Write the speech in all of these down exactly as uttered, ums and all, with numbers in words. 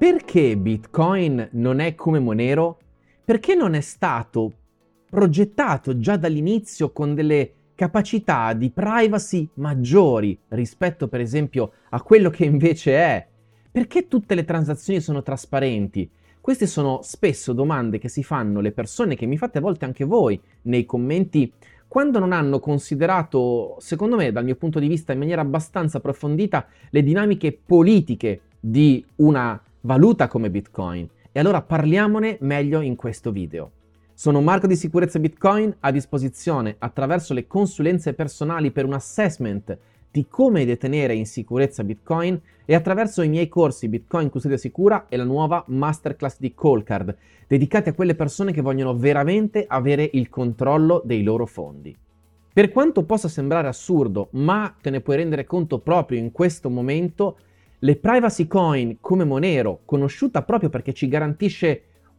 Perché Bitcoin non è come Monero? Perché non è stato progettato già dall'inizio con delle capacità di privacy maggiori rispetto, per esempio, a quello che invece è? Perché tutte le transazioni sono trasparenti? Queste sono spesso domande che si fanno le persone, che mi fate a volte anche voi nei commenti, quando non hanno considerato, secondo me, dal mio punto di vista in maniera abbastanza approfondita, le dinamiche politiche di una valuta come Bitcoin. E allora parliamone meglio in questo video. Sono Marco di Sicurezza Bitcoin, a disposizione attraverso le consulenze personali per un assessment di come detenere in sicurezza Bitcoin e attraverso i miei corsi Bitcoin Custodia Sicura e la nuova Masterclass di Coldcard, dedicati a quelle persone che vogliono veramente avere il controllo dei loro fondi. Per quanto possa sembrare assurdo, ma te ne puoi rendere conto proprio in questo momento, le privacy coin come Monero, conosciuta proprio perché ci garantisce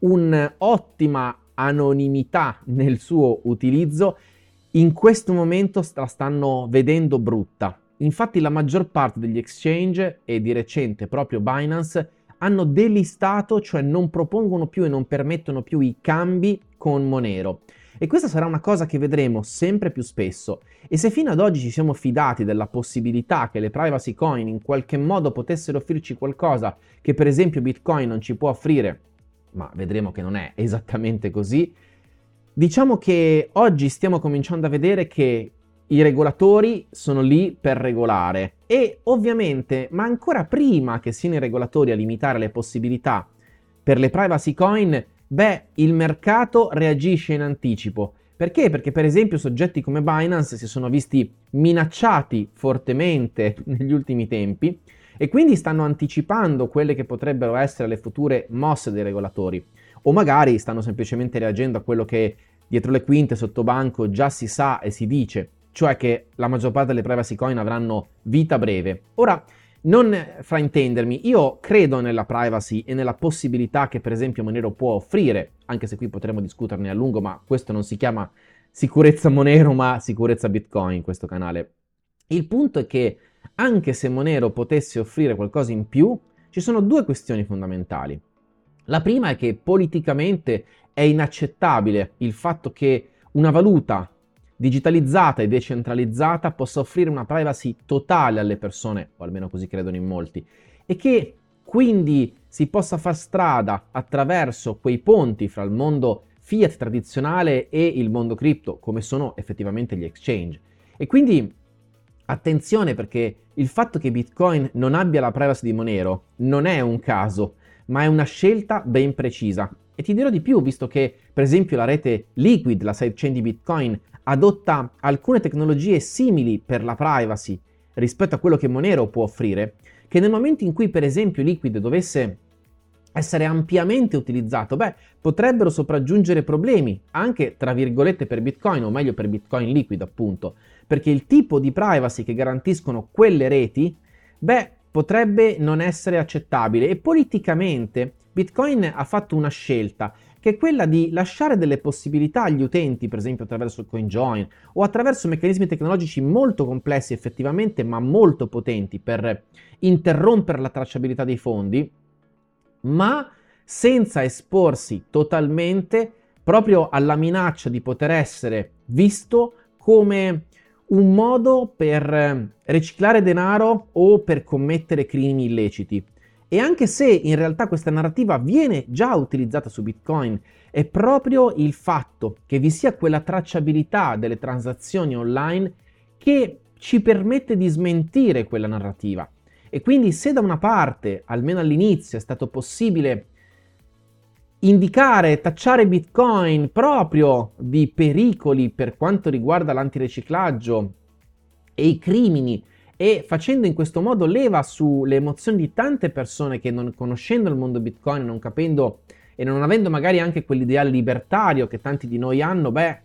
un'ottima anonimità nel suo utilizzo, in questo momento la stanno vedendo brutta. Infatti la maggior parte degli exchange, e di recente proprio Binance, hanno delistato, cioè non propongono più e non permettono più i cambi con Monero. E questa sarà una cosa che vedremo sempre più spesso. E se fino ad oggi ci siamo fidati della possibilità che le privacy coin in qualche modo potessero offrirci qualcosa che per esempio Bitcoin non ci può offrire, ma vedremo che non è esattamente così, diciamo che oggi stiamo cominciando a vedere che i regolatori sono lì per regolare e ovviamente, ma ancora prima che siano i regolatori a limitare le possibilità per le privacy coin, beh, il mercato reagisce in anticipo. Perché? Perché per esempio soggetti come Binance si sono visti minacciati fortemente negli ultimi tempi e quindi stanno anticipando quelle che potrebbero essere le future mosse dei regolatori. O magari stanno semplicemente reagendo a quello che dietro le quinte, sotto banco, già si sa e si dice, cioè che la maggior parte delle privacy coin avranno vita breve. Ora, non fraintendermi, io credo nella privacy e nella possibilità che per esempio Monero può offrire, anche se qui potremo discuterne a lungo, ma questo non si chiama sicurezza Monero, ma sicurezza Bitcoin in questo canale. Il punto è che anche se Monero potesse offrire qualcosa in più, ci sono due questioni fondamentali. La prima è che politicamente è inaccettabile il fatto che una valuta digitalizzata e decentralizzata possa offrire una privacy totale alle persone, o almeno così credono in molti, e che quindi si possa far strada attraverso quei ponti fra il mondo fiat tradizionale e il mondo cripto, come sono effettivamente gli exchange. E quindi attenzione, perché il fatto che Bitcoin non abbia la privacy di Monero non è un caso, ma è una scelta ben precisa. E ti dirò di più, visto che per esempio la rete Liquid, la sidechain di Bitcoin, adotta alcune tecnologie simili per la privacy rispetto a quello che Monero può offrire, che nel momento in cui per esempio Liquid dovesse essere ampiamente utilizzato, beh, potrebbero sopraggiungere problemi anche tra virgolette per Bitcoin, o meglio per Bitcoin Liquid appunto, perché il tipo di privacy che garantiscono quelle reti, beh, potrebbe non essere accettabile e politicamente Bitcoin ha fatto una scelta che è quella di lasciare delle possibilità agli utenti, per esempio attraverso il CoinJoin o attraverso meccanismi tecnologici molto complessi effettivamente, ma molto potenti per interrompere la tracciabilità dei fondi, ma senza esporsi totalmente proprio alla minaccia di poter essere visto come un modo per riciclare denaro o per commettere crimini illeciti. E anche se in realtà questa narrativa viene già utilizzata su Bitcoin, è proprio il fatto che vi sia quella tracciabilità delle transazioni online che ci permette di smentire quella narrativa. E quindi se da una parte, almeno all'inizio, è stato possibile indicare, tacciare Bitcoin proprio di pericoli per quanto riguarda l'antiriciclaggio e i crimini, e facendo in questo modo leva sulle emozioni di tante persone che, non conoscendo il mondo Bitcoin, non capendo e non avendo magari anche quell'ideale libertario che tanti di noi hanno, beh,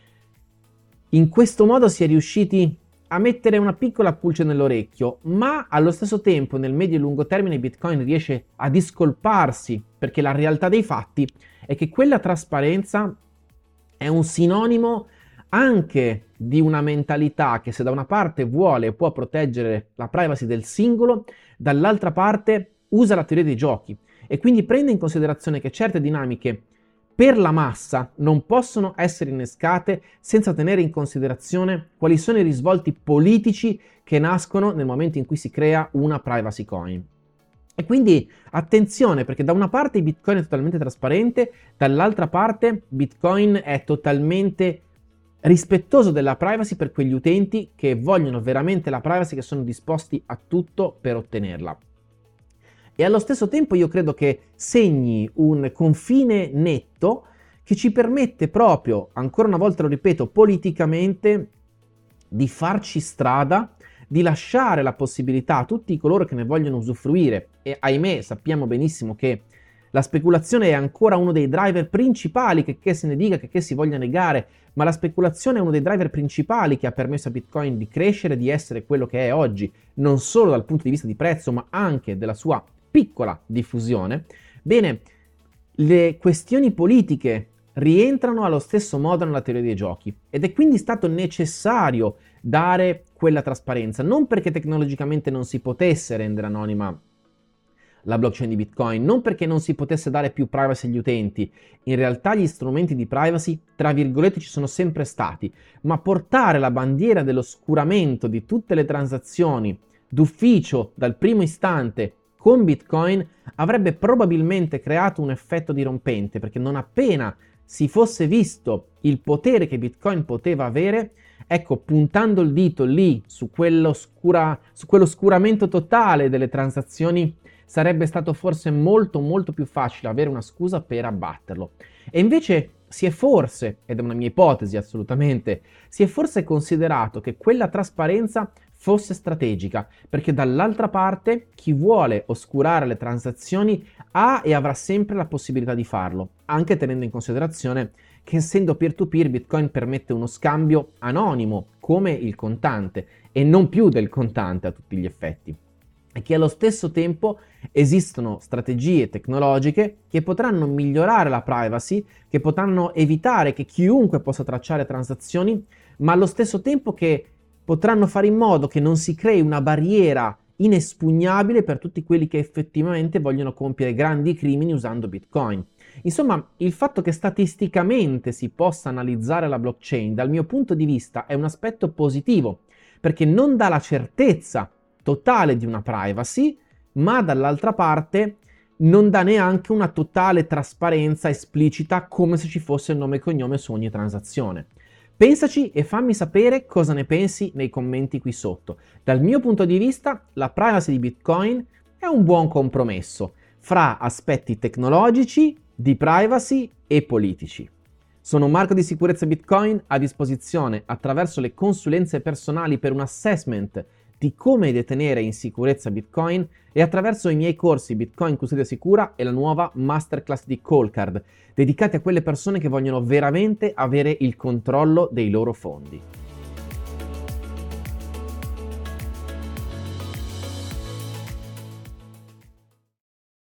in questo modo si è riusciti a mettere una piccola pulce nell'orecchio, ma allo stesso tempo nel medio e lungo termine Bitcoin riesce a discolparsi, perché la realtà dei fatti è che quella trasparenza è un sinonimo anche di una mentalità che, se da una parte vuole e può proteggere la privacy del singolo, dall'altra parte usa la teoria dei giochi. e quindi prende in considerazione che certe dinamiche per la massa non possono essere innescate senza tenere in considerazione quali sono i risvolti politici che nascono nel momento in cui si crea una privacy coin. E quindi attenzione, perché da una parte Bitcoin è totalmente trasparente, dall'altra parte Bitcoin è totalmente rispettoso della privacy per quegli utenti che vogliono veramente la privacy, che sono disposti a tutto per ottenerla. E allo stesso tempo io credo che segni un confine netto che ci permette proprio, ancora una volta lo ripeto, politicamente di farci strada, di lasciare la possibilità a tutti coloro che ne vogliono usufruire, e ahimè sappiamo benissimo che la speculazione è ancora uno dei driver principali, che, che se ne dica, che, che si voglia negare, ma la speculazione è uno dei driver principali che ha permesso a Bitcoin di crescere, di essere quello che è oggi, non solo dal punto di vista di prezzo, ma anche della sua piccola diffusione. Bene, le questioni politiche rientrano allo stesso modo nella teoria dei giochi ed è quindi stato necessario dare quella trasparenza, non perché tecnologicamente non si potesse rendere anonima la blockchain di Bitcoin, non perché non si potesse dare più privacy agli utenti. In realtà gli strumenti di privacy, tra virgolette, ci sono sempre stati, ma portare la bandiera dell'oscuramento di tutte le transazioni d'ufficio dal primo istante con Bitcoin avrebbe probabilmente creato un effetto dirompente, perché non appena si fosse visto il potere che Bitcoin poteva avere, ecco, puntando il dito lì su quell'oscura, su quell'oscuramento totale delle transazioni, sarebbe stato forse molto molto più facile avere una scusa per abbatterlo. E invece si è forse, ed è una mia ipotesi assolutamente, si è forse considerato che quella trasparenza fosse strategica, perché dall'altra parte chi vuole oscurare le transazioni ha e avrà sempre la possibilità di farlo, anche tenendo in considerazione che essendo peer-to-peer Bitcoin permette uno scambio anonimo come il contante e non più del contante a tutti gli effetti. E che allo stesso tempo esistono strategie tecnologiche che potranno migliorare la privacy, che potranno evitare che chiunque possa tracciare transazioni, ma allo stesso tempo che potranno fare in modo che non si crei una barriera inespugnabile per tutti quelli che effettivamente vogliono compiere grandi crimini usando Bitcoin. Insomma, il fatto che statisticamente si possa analizzare la blockchain, dal mio punto di vista, è un aspetto positivo, perché non dà la certezza totale di una privacy, ma dall'altra parte non dà neanche una totale trasparenza esplicita come se ci fosse il nome e cognome su ogni transazione. Pensaci e fammi sapere cosa ne pensi nei commenti qui sotto. Dal mio punto di vista, la privacy di Bitcoin è un buon compromesso fra aspetti tecnologici, di privacy e politici. Sono Marco di Sicurezza Bitcoin, a disposizione attraverso le consulenze personali per un assessment di come detenere in sicurezza Bitcoin e attraverso i miei corsi Bitcoin Custodia Sicura e la nuova Masterclass di Coldcard, dedicati a quelle persone che vogliono veramente avere il controllo dei loro fondi.